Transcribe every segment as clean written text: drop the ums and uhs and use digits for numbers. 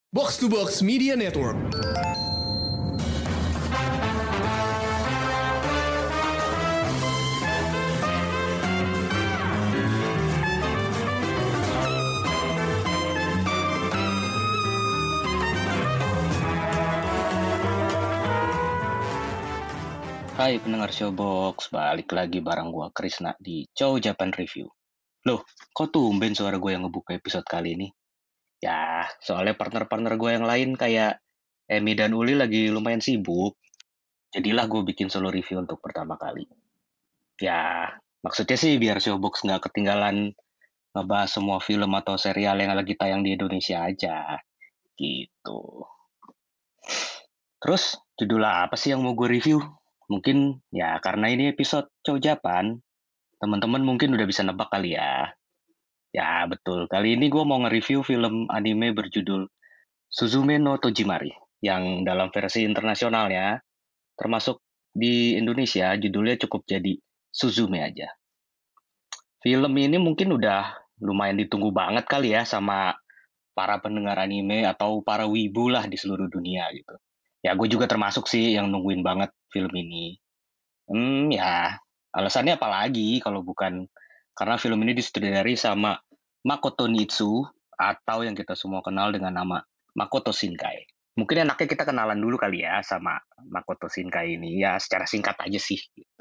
Box to Box Media Network. Hai pendengar Showbox, balik lagi bareng gua Krisna di Chow Japan Review. Loh, kok tumben suara gue yang ngebuka episode kali ini? Ya, soalnya partner-partner gue yang lain kayak Emi dan Uli lagi lumayan sibuk. Jadilah gue bikin solo review untuk pertama kali. Ya, maksudnya sih biar Showbox nggak ketinggalan ngebahas semua film atau serial yang lagi tayang di Indonesia aja. Gitu. Terus, judul apa sih yang mau gue review? Mungkin ya karena ini episode Chow Japan, teman-teman mungkin udah bisa nebak kali ya. Ya, betul. Kali ini gue mau nge-review film anime berjudul Suzume no Tojimari, yang dalam versi internasionalnya, termasuk di Indonesia, judulnya cukup jadi Suzume aja. Film ini mungkin udah lumayan ditunggu banget kali ya sama para pendengar anime atau para wibu lah di seluruh dunia gitu. Ya, gue juga termasuk sih yang nungguin banget film ini. Ya, alasannya apa lagi kalau bukan karena film ini disutradari sama Makoto Nitsu atau yang kita semua kenal dengan nama Makoto Shinkai. Mungkin enaknya kita kenalan dulu kali ya sama Makoto Shinkai ini, ya secara singkat aja sih gitu.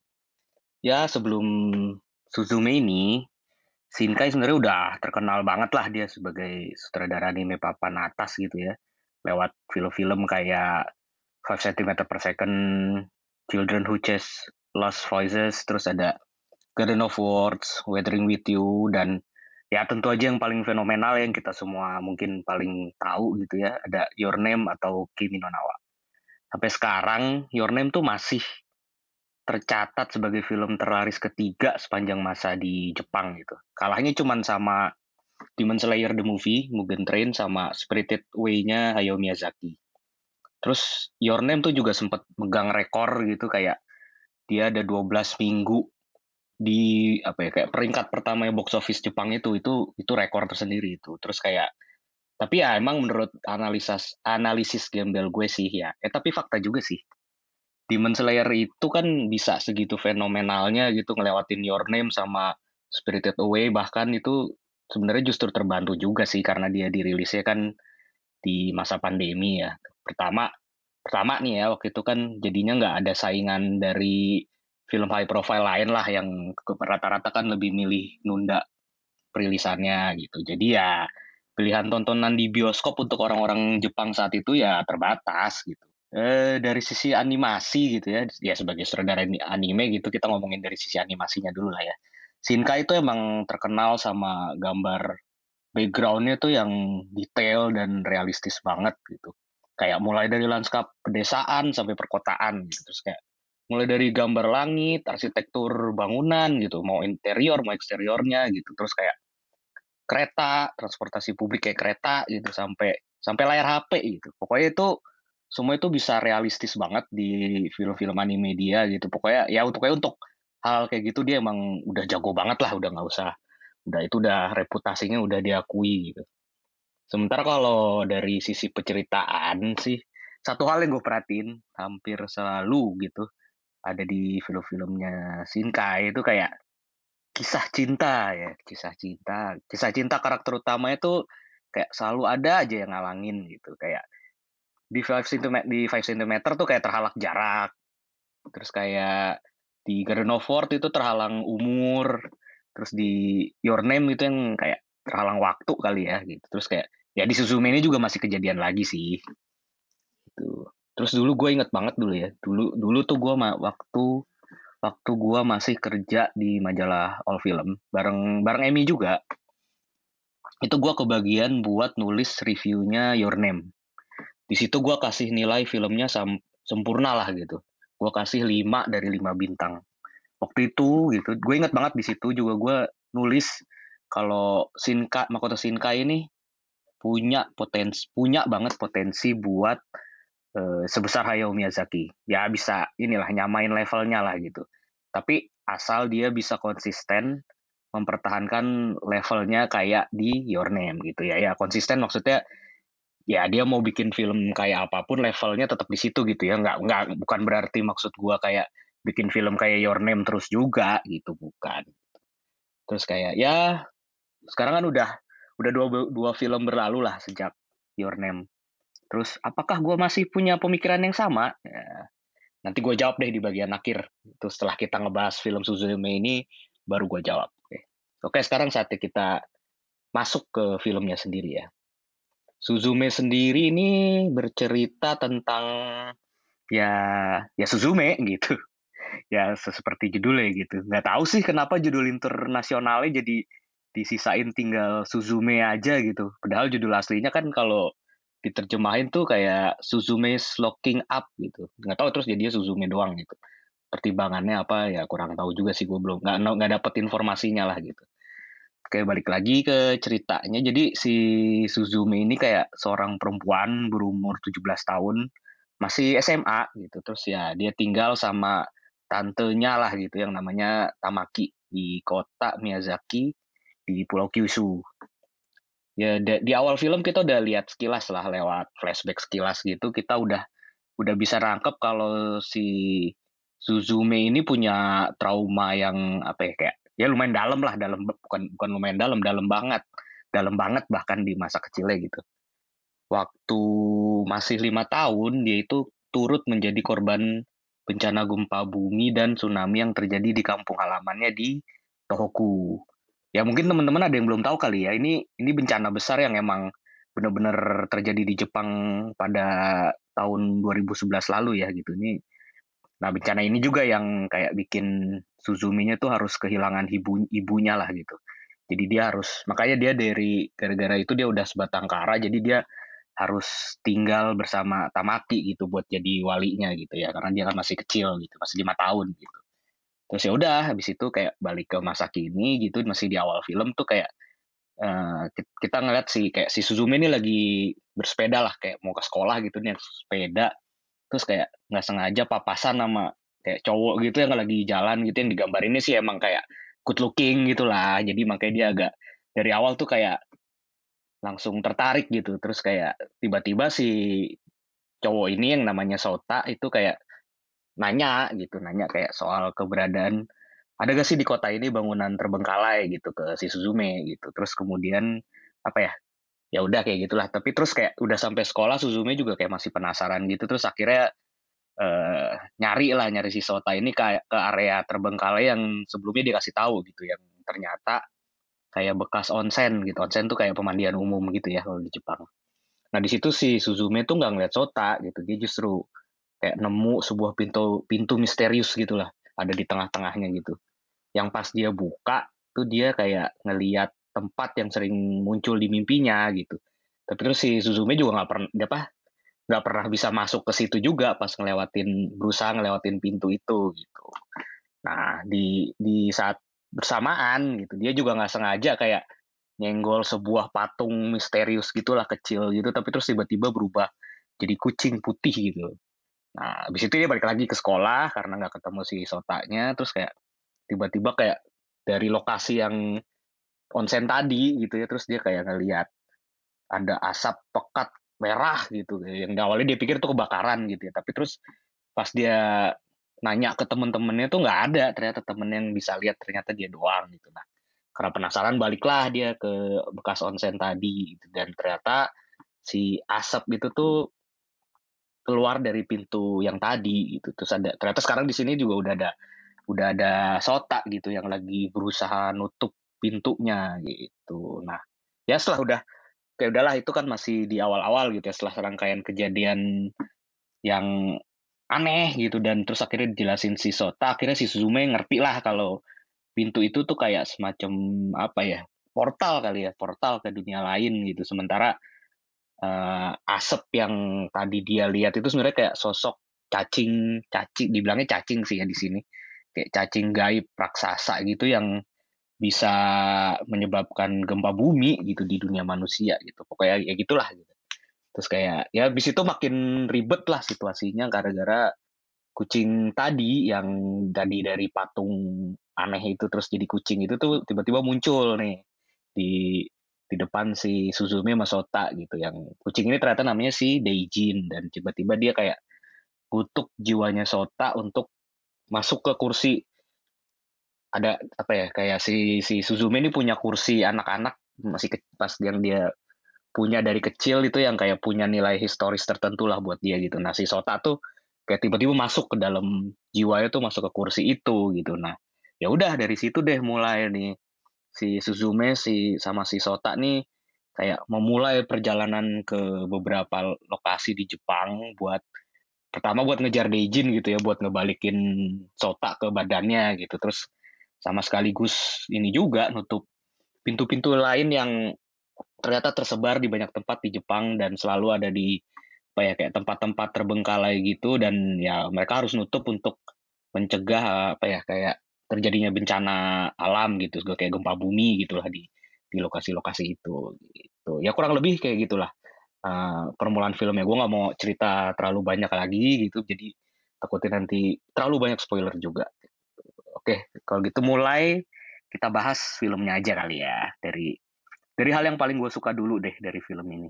Ya sebelum Suzume ini, Shinkai sebenarnya udah terkenal banget lah dia sebagai sutradara anime papan atas gitu ya. Lewat film-film kayak 5 cm per second, Children Who Chase Lost Voices, terus ada Garden of Words, Weathering with You, dan ya tentu aja yang paling fenomenal yang kita semua mungkin paling tahu gitu ya, ada Your Name atau Kimi no Na wa. Sampai sekarang Your Name tuh masih tercatat sebagai film terlaris ketiga sepanjang masa di Jepang gitu. Kalahnya cuma sama Demon Slayer the Movie, Mugen Train, sama Spirited Away-nya Hayao Miyazaki. Terus Your Name tuh juga sempat megang rekor gitu, kayak dia ada 12 minggu di apa ya, kayak peringkat pertama ya box office Jepang itu rekor tersendiri itu. Terus kayak tapi ya emang menurut analisis gembel gue sih ya. Tapi fakta juga sih. Demon Slayer itu kan bisa segitu fenomenalnya gitu ngelewatin Your Name sama Spirited Away, bahkan itu sebenarnya justru terbantu juga sih karena dia dirilisnya kan di masa pandemi ya. Pertama pertama nih ya, waktu itu kan jadinya nggak ada saingan dari film high profile lain lah yang rata-rata kan lebih milih nunda perilisannya gitu. Jadi ya pilihan tontonan di bioskop untuk orang-orang Jepang saat itu ya terbatas gitu. Dari sisi animasi gitu ya sebagai sutradara anime gitu, kita ngomongin dari sisi animasinya dulu lah ya. Shinkai itu emang terkenal sama gambar backgroundnya tuh yang detail dan realistis banget gitu. Kayak mulai dari lanskap pedesaan sampai perkotaan gitu. Terus kayak mulai dari gambar langit, arsitektur bangunan gitu, mau interior, mau eksteriornya gitu. Terus kayak kereta, transportasi publik kayak kereta gitu, sampai sampai layar HP gitu. Pokoknya itu semua itu bisa realistis banget di film-film anime dia gitu. Pokoknya untuk hal kayak gitu dia emang udah jago banget lah, udah nggak usah, udah itu udah reputasinya udah diakui gitu. Sementara kalau dari sisi penceritaan sih, satu hal yang gue perhatiin hampir selalu gitu ada di film-filmnya Shinkai itu kayak kisah cinta ya, kisah cinta karakter utamanya tuh kayak selalu ada aja yang ngalangin gitu. Kayak di 5 cm tuh kayak terhalang jarak, terus kayak di Garden of World itu terhalang umur, terus di Your Name itu yang kayak terhalang waktu kali ya gitu. Terus kayak ya di Suzume ini juga masih kejadian lagi sih gitu. Terus dulu gue inget banget dulu ya, dulu dulu tuh gue waktu waktu gue masih kerja di majalah All Film bareng bareng Emmy juga, itu gue kebagian buat nulis reviewnya Your Name. Di situ gue kasih nilai filmnya sempurna lah gitu. Gue kasih 5 dari 5 bintang. Waktu itu gitu, gue inget banget di situ juga gue nulis kalau Makoto Shinkai ini punya banget potensi buat sebesar Hayao Miyazaki. Ya bisa inilah nyamain levelnya lah gitu. Tapi asal dia bisa konsisten mempertahankan levelnya kayak di Your Name gitu ya. Ya konsisten maksudnya ya dia mau bikin film kayak apapun levelnya tetap di situ gitu ya. Nggak bukan berarti maksud gua kayak bikin film kayak Your Name terus juga gitu, bukan. Terus kayak ya sekarang kan udah dua film berlalu lah sejak Your Name. Terus apakah gua masih punya pemikiran yang sama? Ya, nanti gue jawab deh di bagian akhir. Itu setelah kita ngebahas film Suzume ini, baru gue jawab. Oke, sekarang saatnya kita masuk ke filmnya sendiri ya. Suzume sendiri ini bercerita tentang ya ya Suzume gitu. Ya seperti judulnya gitu. Nggak tahu sih kenapa judul internasionalnya jadi disisain tinggal Suzume aja gitu. Padahal judul aslinya kan kalau diterjemahin tuh kayak Suzume's Locking Up gitu. Nggak tahu terus jadinya Suzume doang gitu. Pertimbangannya apa ya kurang tahu juga sih, gue belum nggak dapet informasinya lah gitu. Oke, balik lagi ke ceritanya. Jadi si Suzume ini kayak seorang perempuan berumur 17 tahun, masih SMA gitu. Terus ya dia tinggal sama tantenya lah gitu yang namanya Tamaki di kota Miyazaki di Pulau Kyushu. Ya di awal film kita udah lihat sekilas lah lewat flashback sekilas gitu, kita udah bisa rangkep kalau si Suzume ini punya trauma yang apa ya, kayak ya lumayan dalam lah, bukan lumayan dalam banget bahkan di masa kecilnya gitu. Waktu masih 5 tahun dia itu turut menjadi korban bencana gempa bumi dan tsunami yang terjadi di kampung halamannya di Tohoku. Ya mungkin teman-teman ada yang belum tahu kali ya, ini bencana besar yang emang benar-benar terjadi di Jepang pada tahun 2011 lalu ya gitu. Nah, bencana ini juga yang kayak bikin Suzuminya tuh harus kehilangan ibunya lah gitu. Jadi dia harus, makanya dia gara-gara itu dia udah sebatang kara, jadi dia harus tinggal bersama Tamaki gitu buat jadi walinya gitu ya, karena dia kan masih kecil gitu, masih 5 tahun gitu. Terus ya udah, habis itu kayak balik ke masa kini gitu, masih di awal film tuh kayak kita ngeliat kayak si Suzumi ini lagi bersepeda lah, kayak mau ke sekolah gitu nih, sepeda. Terus kayak nggak sengaja papasan sama kayak cowok gitu yang lagi jalan gitu, yang digambar ini sih emang kayak good looking gitu lah. Jadi makanya dia agak dari awal tuh kayak langsung tertarik gitu. Terus kayak tiba-tiba si cowok ini yang namanya Sota itu kayak nanya kayak soal keberadaan ada gak sih di kota ini bangunan terbengkalai gitu ke si Suzume gitu. Terus kemudian apa ya, ya udah kayak gitulah. Tapi terus kayak udah sampai sekolah Suzume juga kayak masih penasaran gitu. Terus akhirnya nyari si Sota ini kayak ke area terbengkalai yang sebelumnya dikasih tahu gitu, yang ternyata kayak bekas onsen gitu. Onsen tuh kayak pemandian umum gitu ya kalau di Jepang. Nah di situ si Suzume tuh nggak ngeliat Sota gitu, dia justru kayak nemu sebuah pintu pintu misterius gitulah, ada di tengah-tengahnya gitu. Yang pas dia buka tuh dia kayak ngeliat tempat yang sering muncul di mimpinya gitu. Tapi terus si Suzume juga nggak pernah bisa masuk ke situ juga pas berusaha ngelewatin pintu itu gitu. Nah di saat bersamaan gitu dia juga nggak sengaja kayak nyenggol sebuah patung misterius gitulah, kecil gitu, tapi terus tiba-tiba berubah jadi kucing putih gitu. Nah habis itu dia balik lagi ke sekolah karena nggak ketemu si Sotanya, terus kayak tiba-tiba kayak dari lokasi yang onsen tadi gitu ya, terus dia kayak ngelihat ada asap pekat merah gitu, yang awalnya dia pikir itu kebakaran gitu ya, tapi terus pas dia nanya ke temen-temennya tuh nggak ada, ternyata temen yang bisa lihat ternyata dia doang gitu. Nah karena penasaran baliklah dia ke bekas onsen tadi gitu. Dan ternyata si asap itu tuh keluar dari pintu yang tadi gitu. Terus ternyata sekarang di sini juga udah ada Sota gitu yang lagi berusaha nutup pintunya gitu. Nah ya setelah kayak udahlah, itu kan masih di awal-awal gitu ya, setelah serangkaian kejadian yang aneh gitu, dan terus akhirnya dijelasin si Sota, akhirnya si Suzume ngerti lah kalau pintu itu tuh kayak semacam apa ya, portal kali ya, portal ke dunia lain gitu. Sementara asap yang tadi dia lihat itu sebenarnya kayak sosok cacing dibilangnya cacing sih ya di sini, kayak cacing gaib raksasa gitu yang bisa menyebabkan gempa bumi gitu di dunia manusia gitu. Pokoknya ya gitulah gitu. Terus kayak ya habis itu makin ribet lah situasinya gara-gara kucing tadi yang dari patung aneh itu terus jadi kucing itu tuh tiba-tiba muncul nih di di depan si Suzume sama Sota gitu. Yang kucing ini ternyata namanya si Deijin, dan tiba-tiba dia kayak kutuk jiwanya Sota untuk masuk ke kursi. Ada apa ya, kayak si Suzume ini punya kursi anak-anak pas yang dia punya dari kecil itu, yang kayak punya nilai historis tertentu lah buat dia gitu. Nah si Sota tuh kayak tiba-tiba masuk ke dalam jiwanya tuh, masuk ke kursi itu gitu. Nah ya udah dari situ deh mulai nih si Suzume sama si Sota nih kayak memulai perjalanan ke beberapa lokasi di Jepang, pertama buat ngejar Deijin gitu ya, buat ngebalikin Sota ke badannya gitu. Terus sama sekaligus ini juga nutup pintu-pintu lain yang ternyata tersebar di banyak tempat di Jepang, dan selalu ada di apa ya, kayak tempat-tempat terbengkalai gitu, dan ya mereka harus nutup untuk mencegah apa ya, kayak terjadinya bencana alam gitu, kayak gempa bumi gitulah di lokasi-lokasi itu gitu. Ya kurang lebih kayak gitulah permulaan filmnya. Gue nggak mau cerita terlalu banyak lagi gitu, jadi takutnya nanti terlalu banyak spoiler juga. Oke, kalau gitu mulai kita bahas filmnya aja kali ya, dari hal yang paling gue suka dulu deh dari film ini.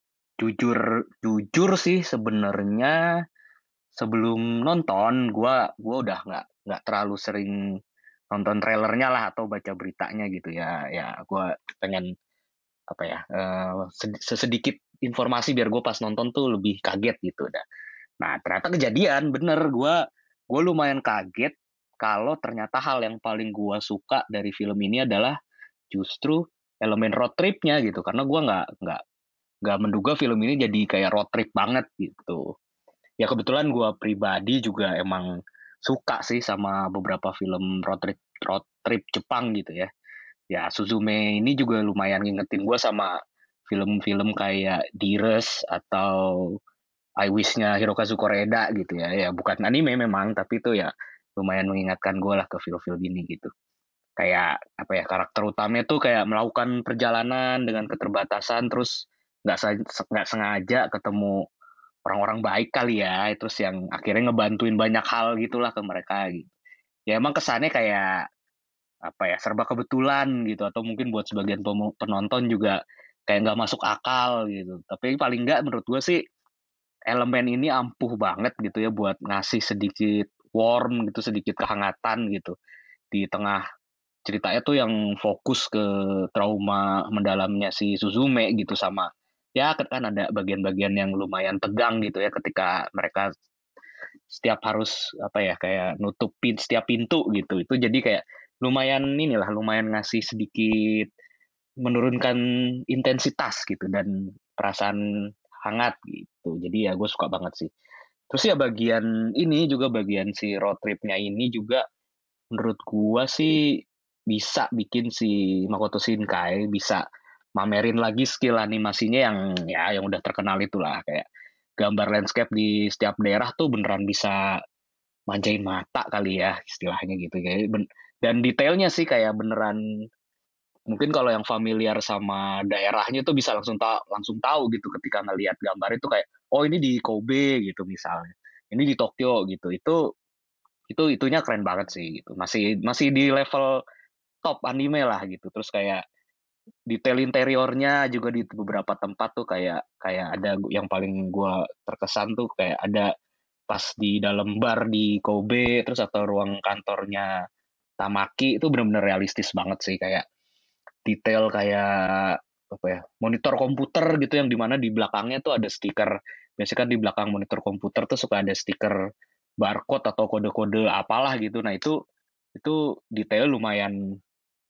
Jujur jujur sih sebenarnya sebelum nonton gue udah nggak terlalu sering nonton trailernya lah atau baca beritanya gitu ya. Ya gue pengen apa ya, sesedikit informasi biar gue pas nonton tuh lebih kaget gitu dah. Nah ternyata kejadian bener, gue lumayan kaget kalau ternyata hal yang paling gue suka dari film ini adalah justru elemen road tripnya gitu, karena gue nggak menduga film ini jadi kayak road trip banget gitu. Ya kebetulan gue pribadi juga emang suka sih sama beberapa film road trip Jepang gitu ya. Ya Suzume ini juga lumayan ngingetin gue sama film-film kayak Dires atau I Wish-nya Hirokazu Koreda gitu ya. Ya bukan anime memang, tapi itu ya lumayan mengingatkan gue lah ke film-film ini gitu. Kayak apa ya, karakter utamanya tuh kayak melakukan perjalanan dengan keterbatasan, terus nggak sengaja ketemu orang-orang baik kali ya, terus yang akhirnya ngebantuin banyak hal gitulah ke mereka gitu. Ya emang kesannya kayak apa ya, serba kebetulan gitu, atau mungkin buat sebagian penonton juga kayak nggak masuk akal gitu. Tapi paling nggak menurut gue sih elemen ini ampuh banget gitu ya buat ngasih sedikit warm gitu, sedikit kehangatan gitu di tengah ceritanya tuh yang fokus ke trauma mendalamnya si Suzume gitu, sama ya kan ada bagian-bagian yang lumayan tegang gitu ya ketika mereka setiap harus apa ya, kayak nutupin setiap pintu gitu. Itu jadi kayak lumayan ngasih sedikit menurunkan intensitas gitu dan perasaan hangat gitu. Jadi ya gue suka banget sih. Terus ya bagian ini juga, bagian si road tripnya ini juga menurut gua sih bisa bikin si Makoto Shinkai bisa mamerin lagi skill animasinya yang udah terkenal itulah, kayak gambar landscape di setiap daerah tuh beneran bisa manjain mata kali ya istilahnya gitu kayak dan detailnya sih kayak beneran, mungkin kalau yang familiar sama daerahnya tuh bisa langsung tahu gitu ketika ngelihat gambar itu, kayak oh ini di Kobe gitu misalnya, ini di Tokyo gitu. Itunya keren banget sih gitu, masih masih di level top anime lah gitu. Terus kayak detail interiornya juga di beberapa tempat tuh kayak kayak ada yang paling gua terkesan tuh, kayak ada pas di dalam bar di Kobe, terus atau ruang kantornya Tamaki, itu benar-benar realistis banget sih, kayak detail kayak apa ya, monitor komputer gitu yang dimana di belakangnya tuh ada stiker. Biasanya kan di belakang monitor komputer tuh suka ada stiker barcode atau kode-kode apalah gitu. Nah itu detail lumayan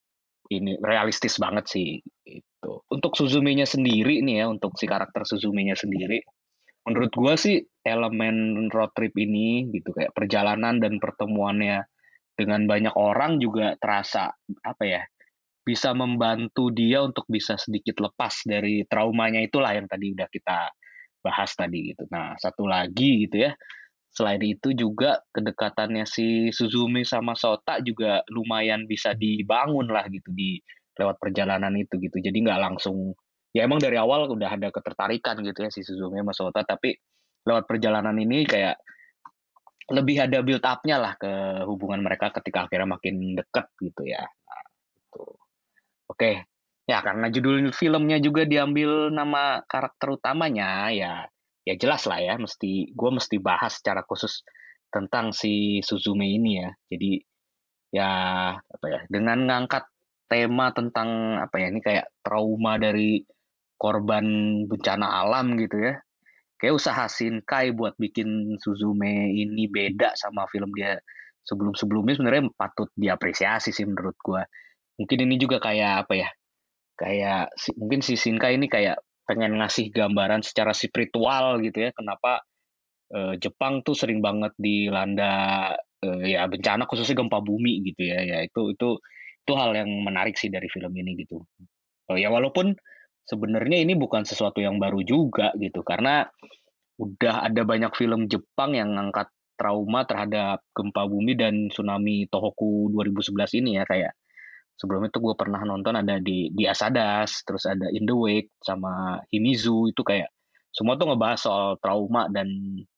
ini realistis banget sih itu. Untuk Suzume-nya sendiri nih ya, untuk si karakter Suzume-nya sendiri, menurut gua sih elemen road trip ini gitu, kayak perjalanan dan pertemuannya dengan banyak orang juga terasa apa ya, bisa membantu dia untuk bisa sedikit lepas dari traumanya itulah yang tadi udah kita bahas tadi gitu. Nah, satu lagi gitu ya, selain itu juga kedekatannya si Suzumi sama Sota juga lumayan bisa dibangun lah gitu di lewat perjalanan itu gitu. Jadi nggak langsung, ya emang dari awal udah ada ketertarikan gitu ya si Suzumi sama Sota, tapi lewat perjalanan ini kayak lebih ada build up-nya lah ke hubungan mereka ketika akhirnya makin deket gitu ya. Nah, gitu. Oke, Ya karena judul filmnya juga diambil nama karakter utamanya, ya jelas lah ya, gue mesti bahas secara khusus tentang si Suzume ini ya. Jadi ya apa ya, dengan ngangkat tema tentang apa ya, ini kayak trauma dari korban bencana alam gitu ya. Kayak usaha Shinkai buat bikin Suzume ini beda sama film dia sebelum-sebelumnya sebenarnya patut diapresiasi sih menurut gua. Mungkin ini juga kayak apa ya? Kayak mungkin si Shinkai ini kayak pengen ngasih gambaran secara spiritual gitu ya. Kenapa Jepang tuh sering banget dilanda ya bencana khususnya gempa bumi gitu ya. Ya itu hal yang menarik sih dari film ini gitu. Oh ya walaupun sebenarnya ini bukan sesuatu yang baru juga gitu karena udah ada banyak film Jepang yang ngangkat trauma terhadap gempa bumi dan tsunami Tohoku 2011 ini ya kayak sebelumnya tuh gue pernah nonton ada di Asadas, terus ada In the Wake sama Himizu itu kayak semua tuh ngebahas soal trauma dan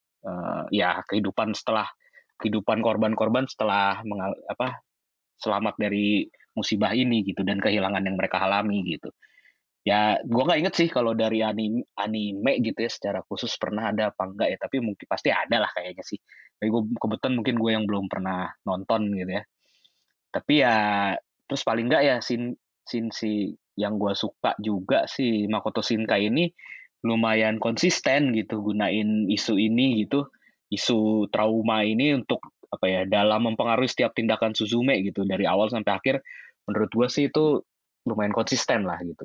ya kehidupan korban-korban setelah selamat dari musibah ini gitu dan kehilangan yang mereka alami gitu. Ya, gue nggak inget sih kalau dari anime gitu ya secara khusus pernah ada apa enggak ya, tapi mungkin pasti ada lah kayaknya sih. Tapi gue kebetulan mungkin gue yang belum pernah nonton gitu ya. Tapi ya terus paling enggak ya sin si yang gue suka juga si Makoto Shinkai ini lumayan konsisten gitu gunain isu ini gitu, isu trauma ini untuk apa ya dalam mempengaruhi setiap tindakan Suzume gitu dari awal sampai akhir. Menurut gue sih itu lumayan konsisten lah gitu.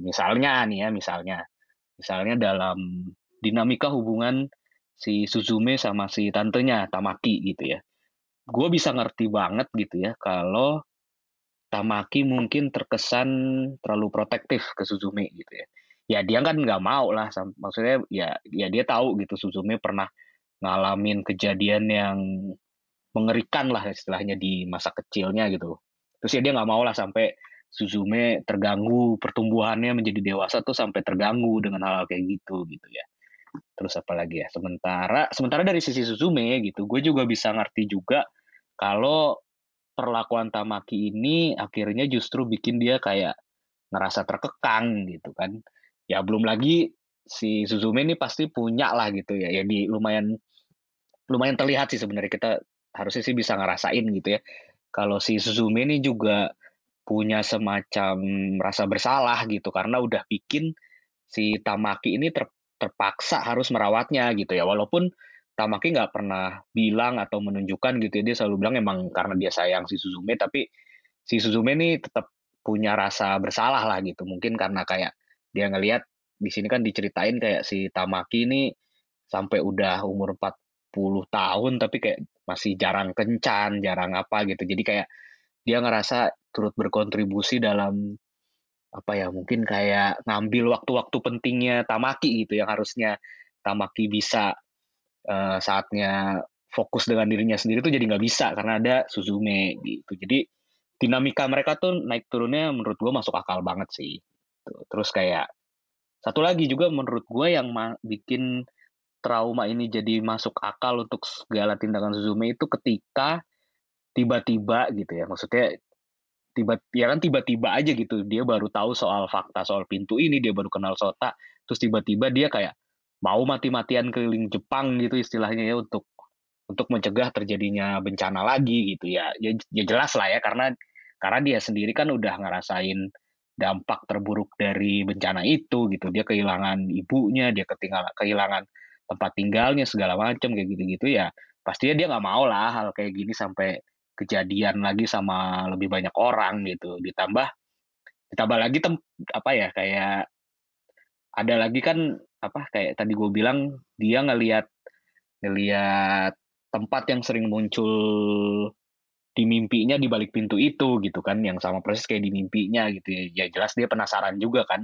Misalnya dalam dinamika hubungan si Suzume sama si tantenya Tamaki gitu ya. Gue bisa ngerti banget gitu ya kalau Tamaki mungkin terkesan terlalu protektif ke Suzume gitu ya. Ya dia kan nggak mau lah, maksudnya ya dia tahu gitu Suzume pernah ngalamin kejadian yang mengerikan lah istilahnya di masa kecilnya gitu. Terus ya dia nggak mau lah sampai Suzume terganggu pertumbuhannya menjadi dewasa tuh sampai terganggu dengan hal-hal kayak gitu ya. Terus apa lagi ya? Sementara dari sisi Suzume gitu, gue juga bisa ngerti juga kalau perlakuan Tamaki ini akhirnya justru bikin dia kayak ngerasa terkekang gitu kan. Ya belum lagi si Suzume ini pasti punya lah gitu ya. Ya di lumayan lumayan terlihat sih sebenarnya kita harusnya sih bisa ngerasain gitu ya. Kalau si Suzume ini juga punya semacam rasa bersalah gitu karena udah bikin si Tamaki ini terpaksa harus merawatnya gitu ya. Walaupun Tamaki nggak pernah bilang atau menunjukkan gitu ya, dia selalu bilang emang karena dia sayang si Suzume, tapi si Suzume ini tetap punya rasa bersalah lah gitu. Mungkin karena kayak dia ngelihat di sini kan diceritain kayak si Tamaki ini sampai udah umur 40 tahun tapi kayak masih jarang kencan, jarang apa gitu. Jadi kayak dia ngerasa turut berkontribusi dalam apa ya mungkin kayak ngambil waktu-waktu pentingnya Tamaki gitu yang harusnya Tamaki bisa saatnya fokus dengan dirinya sendiri tuh jadi nggak bisa karena ada Suzume gitu. Jadi dinamika mereka tuh naik turunnya menurut gue masuk akal banget sih. Terus kayak satu lagi juga menurut gue yang bikin trauma ini jadi masuk akal untuk segala tindakan Suzume itu ketika tiba-tiba gitu ya. Maksudnya tiba-tiba aja gitu dia baru tahu soal fakta soal pintu ini, dia baru kenal Sota, terus tiba-tiba dia kayak mau mati-matian keliling Jepang gitu istilahnya ya untuk mencegah terjadinya bencana lagi gitu ya jelas lah ya karena dia sendiri kan udah ngerasain dampak terburuk dari bencana itu gitu, dia kehilangan ibunya, dia kehilangan tempat tinggalnya segala macam kayak gitu-gitu ya pastinya dia nggak mau lah hal kayak gini sampai kejadian lagi sama lebih banyak orang gitu. Ditambah lagi apa ya kayak ada lagi kan apa kayak tadi gue bilang dia ngelihat ngelihat tempat yang sering muncul di mimpinya di balik pintu itu gitu kan yang sama persis kayak di mimpinya gitu ya. Ya jelas dia penasaran juga kan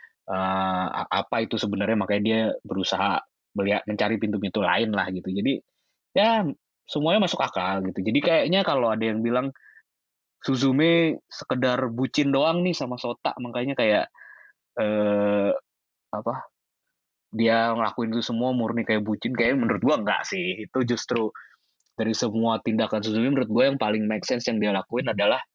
apa itu sebenarnya makanya dia berusaha melihat mencari pintu-pintu lain lah gitu. Jadi ya semuanya masuk akal gitu. Jadi kayaknya kalau ada yang bilang Suzume sekedar bucin doang nih sama Sota makanya kayak eh, apa dia ngelakuin itu semua murni kayak bucin kayak menurut gua enggak sih itu justru dari semua tindakan Suzume menurut gua yang paling make sense yang dia lakuin adalah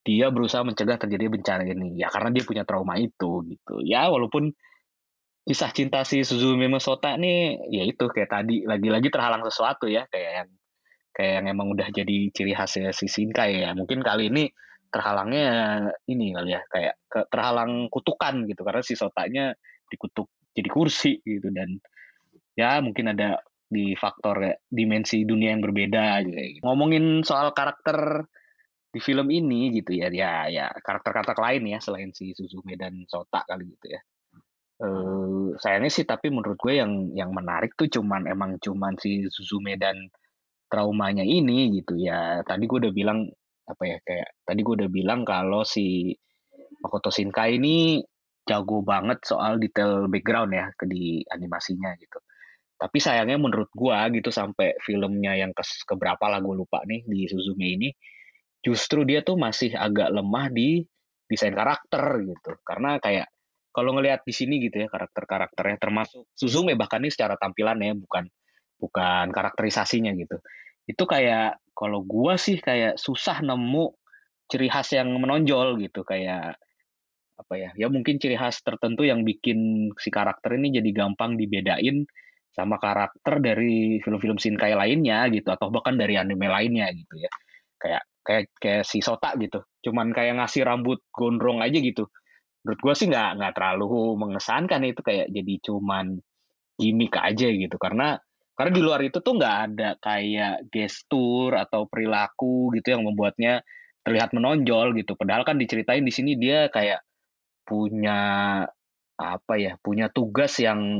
dia berusaha mencegah terjadi bencana ini. Ya karena dia punya trauma itu gitu. Ya walaupun kisah cinta si Suzume Sota nih ya itu kayak tadi lagi-lagi terhalang sesuatu ya kayak yang emang udah jadi ciri khasnya si Shinkai ya. Mungkin kali ini terhalangnya ini kali ya kayak terhalang kutukan gitu karena si Sotanya dikutuk jadi kursi gitu dan ya mungkin ada di faktor ya, dimensi dunia yang berbeda gitu. Ngomongin soal karakter di film ini gitu ya karakter-karakter lain ya selain si Suzume dan Sota kali gitu ya. Sayangnya sih tapi menurut gue yang menarik tuh cuman si Suzume dan traumanya ini gitu ya. Tadi gue udah bilang apa ya kayak tadi gue udah bilang kalau si Makoto Shinkai ini jago banget soal detail background ya di animasinya gitu. Tapi sayangnya menurut gue gitu sampai filmnya yang keberapa lah gue lupa nih di Suzume ini justru dia tuh masih agak lemah di desain karakter gitu. Karena kayak kalau ngelihat di sini gitu ya karakter-karakternya termasuk Suzume bahkan ini secara tampilannya bukan bukan karakterisasinya gitu. Itu kayak kalau gua sih kayak susah nemu ciri khas yang menonjol gitu kayak apa ya? Ya mungkin ciri khas tertentu yang bikin si karakter ini jadi gampang dibedain sama karakter dari film-film Shinkai lainnya gitu atau bahkan dari anime lainnya gitu ya. Kayak si Sota gitu. Cuman kayak ngasih rambut gondrong aja gitu. Menurut gue sih nggak terlalu mengesankan itu kayak jadi cuman gimmick aja gitu karena di luar itu tuh nggak ada kayak gestur atau perilaku gitu yang membuatnya terlihat menonjol gitu. Padahal kan diceritain di sini dia kayak punya apa ya, punya tugas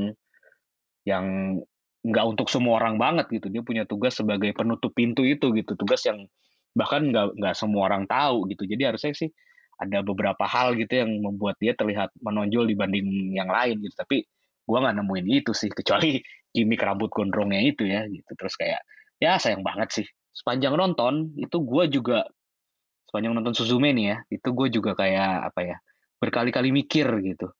yang nggak untuk semua orang banget gitu. Dia punya tugas sebagai penutup pintu itu gitu. Tugas yang bahkan nggak semua orang tahu gitu. Jadi harusnya sih ada beberapa hal gitu yang membuat dia terlihat menonjol dibanding yang lain gitu. Tapi gua nggak nemuin itu sih kecuali gimmick rambut gondrongnya itu ya gitu. Terus kayak ya sayang banget sih. Sepanjang nonton itu gua juga sepanjang nonton Suzume nih ya, itu gue juga kayak apa ya berkali-kali mikir gitu.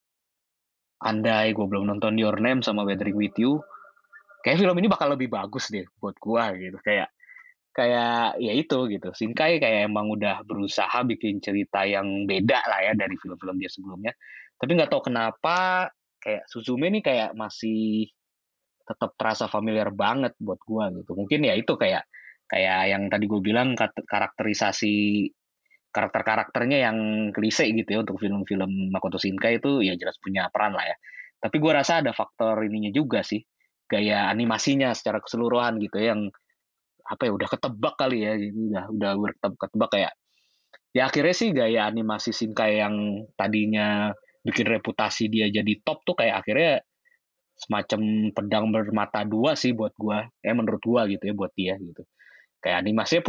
Andai gue belum nonton Your Name sama Weathering with You, kayak film ini bakal lebih bagus deh buat gua gitu kayak kayak ya itu gitu Shinkai kayak emang udah berusaha bikin cerita yang beda lah ya dari film-film dia sebelumnya tapi nggak tahu kenapa kayak Suzume ini kayak masih tetap terasa familiar banget buat gua gitu mungkin ya itu kayak kayak yang tadi gue bilang karakterisasi karakter-karakternya yang klise gitu ya untuk film-film Makoto Shinkai itu ya jelas punya peran lah ya. Tapi gue rasa ada faktor ininya juga sih, gaya animasinya secara keseluruhan gitu ya, yang apa ya udah ketebak kali ya, gitu. Udah ketebak kayak ya akhirnya sih gaya animasi Shinkai yang tadinya bikin reputasi dia jadi top tuh kayak akhirnya semacam pedang bermata dua sih buat gua, ya menurut gua gitu ya buat dia gitu. Kayak animasinya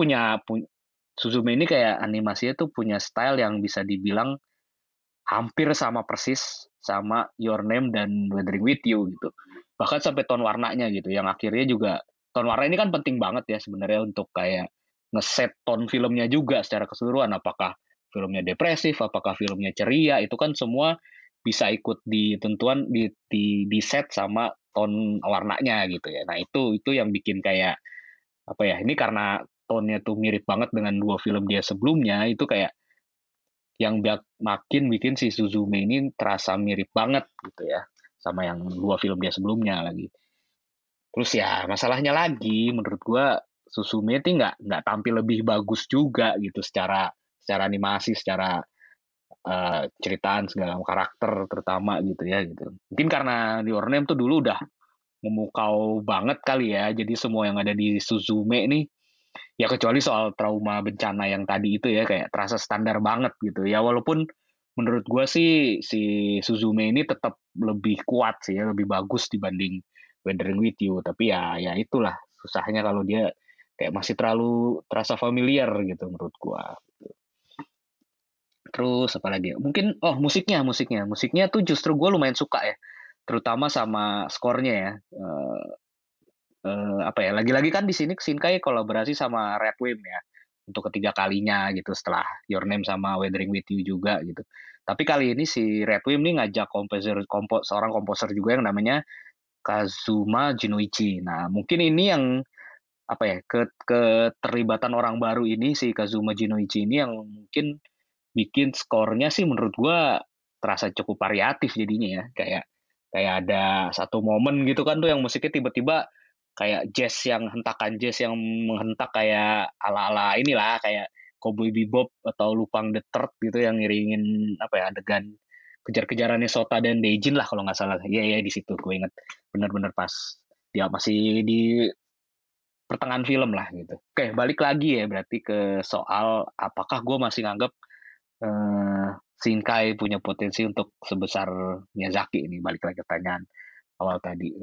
Suzume ini kayak animasinya tuh punya style yang bisa dibilang hampir sama persis sama Your Name dan Weathering with You gitu. Bahkan sampai tone warnanya gitu, yang akhirnya juga tone warna ini kan penting banget ya sebenarnya untuk kayak ngeset tone filmnya juga secara keseluruhan. Apakah filmnya depresif, apakah filmnya ceria, itu kan semua bisa ikut ditentuan di set sama tone warnanya gitu ya. Nah itu yang bikin kayak apa ya ini karena tone-nya tuh mirip banget dengan dua film dia sebelumnya itu kayak yang makin bikin si Suzume ini terasa mirip banget gitu ya sama yang dua film dia sebelumnya lagi. Terus ya masalahnya lagi menurut gua Suzume itu nggak tampil lebih bagus juga gitu secara secara animasi, secara ceritaan segala karakter terutama gitu ya gitu. Mungkin karena di Your Name tuh dulu udah memukau banget kali ya. Jadi semua yang ada di Suzume nih ya kecuali soal trauma bencana yang tadi itu ya kayak terasa standar banget gitu ya walaupun menurut gue sih si Suzume ini tetap lebih kuat sih ya lebih bagus dibanding Weathering with You tapi ya itulah susahnya kalau dia kayak masih terlalu terasa familiar gitu menurut gue terus apa lagi mungkin oh musiknya tuh justru gue lumayan suka ya terutama sama skornya ya apa ya lagi-lagi kan di sini Shinkai kolaborasi sama Redwim ya untuk ketiga kalinya gitu setelah Your Name sama Weathering with You juga gitu. Tapi kali ini si Redwim nih ngajak seorang komposer juga yang namanya Kazuma Jinoichi. Nah, mungkin ini yang apa ya keterlibatan orang baru ini si Kazuma Jinoichi ini yang mungkin bikin skornya sih menurut gua terasa cukup variatif jadinya ya. Kayak ada satu momen gitu kan tuh yang musiknya tiba-tiba kayak jazz yang hentakan jazz yang menghentak kayak ala-ala inilah kayak Cowboy Bebop atau Lupang the Third gitu yang ngiringin apa ya adegan kejar-kejarannya Sota dan Deijin lah kalau nggak salah. Iya iya di situ gue inget bener-bener pas dia masih di pertengahan film lah gitu. Oke, balik lagi ya berarti ke soal apakah gue masih nganggap Shinkai punya potensi untuk sebesar Miyazaki ini. Balik lagi ke pertanyaan awal tadi.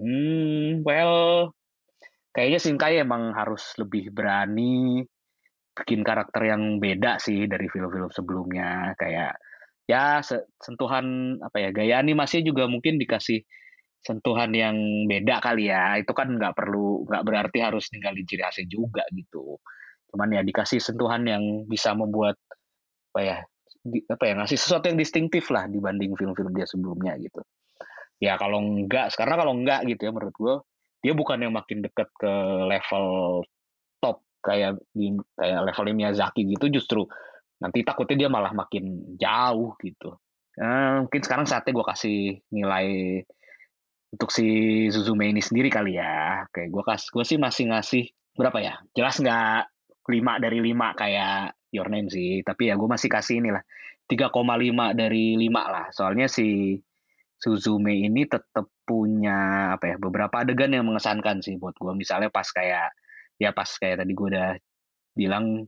Well, kayaknya Shinkai emang harus lebih berani bikin karakter yang beda sih dari film-film sebelumnya. Kayak ya sentuhan apa ya gaya animasinya juga mungkin dikasih sentuhan yang beda kali ya. Itu kan nggak berarti harus ninggalin ciri khasnya juga gitu. Cuman ya dikasih sentuhan yang bisa membuat apa ya apa ya ngasih sesuatu yang distintif lah dibanding film-film dia sebelumnya gitu. Ya karena kalau enggak gitu ya menurut gue dia bukan yang makin deket ke level top kayak levelnya Miyazaki gitu justru nanti takutnya dia malah makin jauh gitu. Mungkin sekarang saatnya gue kasih nilai untuk si Suzume ini sendiri kali ya. Kayak gue sih masih ngasih berapa ya? Jelas nggak 5 dari 5 kayak Your Name sih, tapi ya gue masih kasih inilah 3,5 dari 5 lah. Soalnya si Suzume ini tetap punya apa ya beberapa adegan yang mengesankan sih buat gue. Misalnya pas kayak tadi gue udah bilang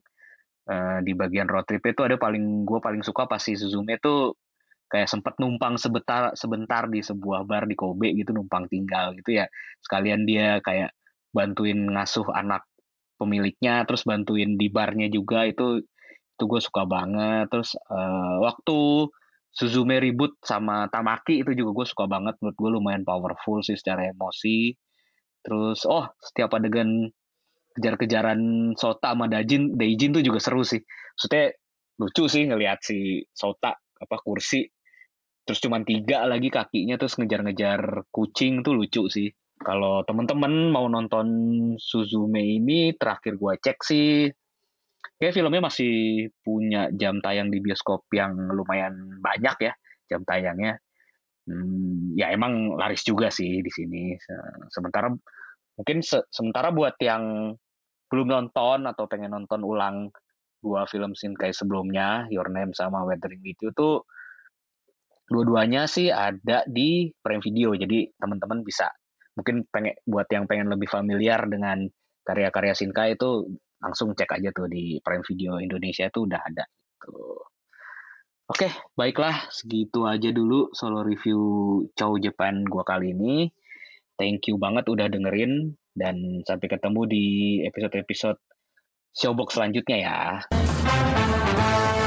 di bagian road trip itu ada gue paling suka pas si Suzume itu kayak sempat numpang sebentar sebentar di sebuah bar di Kobe gitu numpang tinggal gitu ya sekalian dia kayak bantuin ngasuh anak pemiliknya terus bantuin di barnya juga itu gue suka banget terus waktu Suzume ribut sama Tamaki itu juga gue suka banget menurut gue lumayan powerful sih secara emosi terus setiap adegan kejar-kejaran Sota sama Deijin tuh juga seru sih maksudnya lucu sih ngelihat si Sota apa kursi terus cuma 3 lagi kakinya terus ngejar-ngejar kucing tuh lucu sih. Kalau temen-temen mau nonton Suzume ini terakhir gue cek sih kayak filmnya masih punya jam tayang di bioskop yang lumayan banyak ya jam tayangnya. Ya emang laris juga sih di sini. Sementara mungkin sementara buat yang belum nonton atau pengen nonton ulang dua film Shinkai sebelumnya, Your Name sama Weathering With You tuh dua-duanya sih ada di Prime Video. Jadi teman-teman bisa mungkin buat yang pengen lebih familiar dengan karya-karya Shinkai itu langsung cek aja tuh di Prime Video Indonesia itu udah ada. Tuh. Oke, baiklah segitu aja dulu solo review Chow Japan gua kali ini. Thank you banget udah dengerin dan sampai ketemu di episode-episode Showbox selanjutnya ya.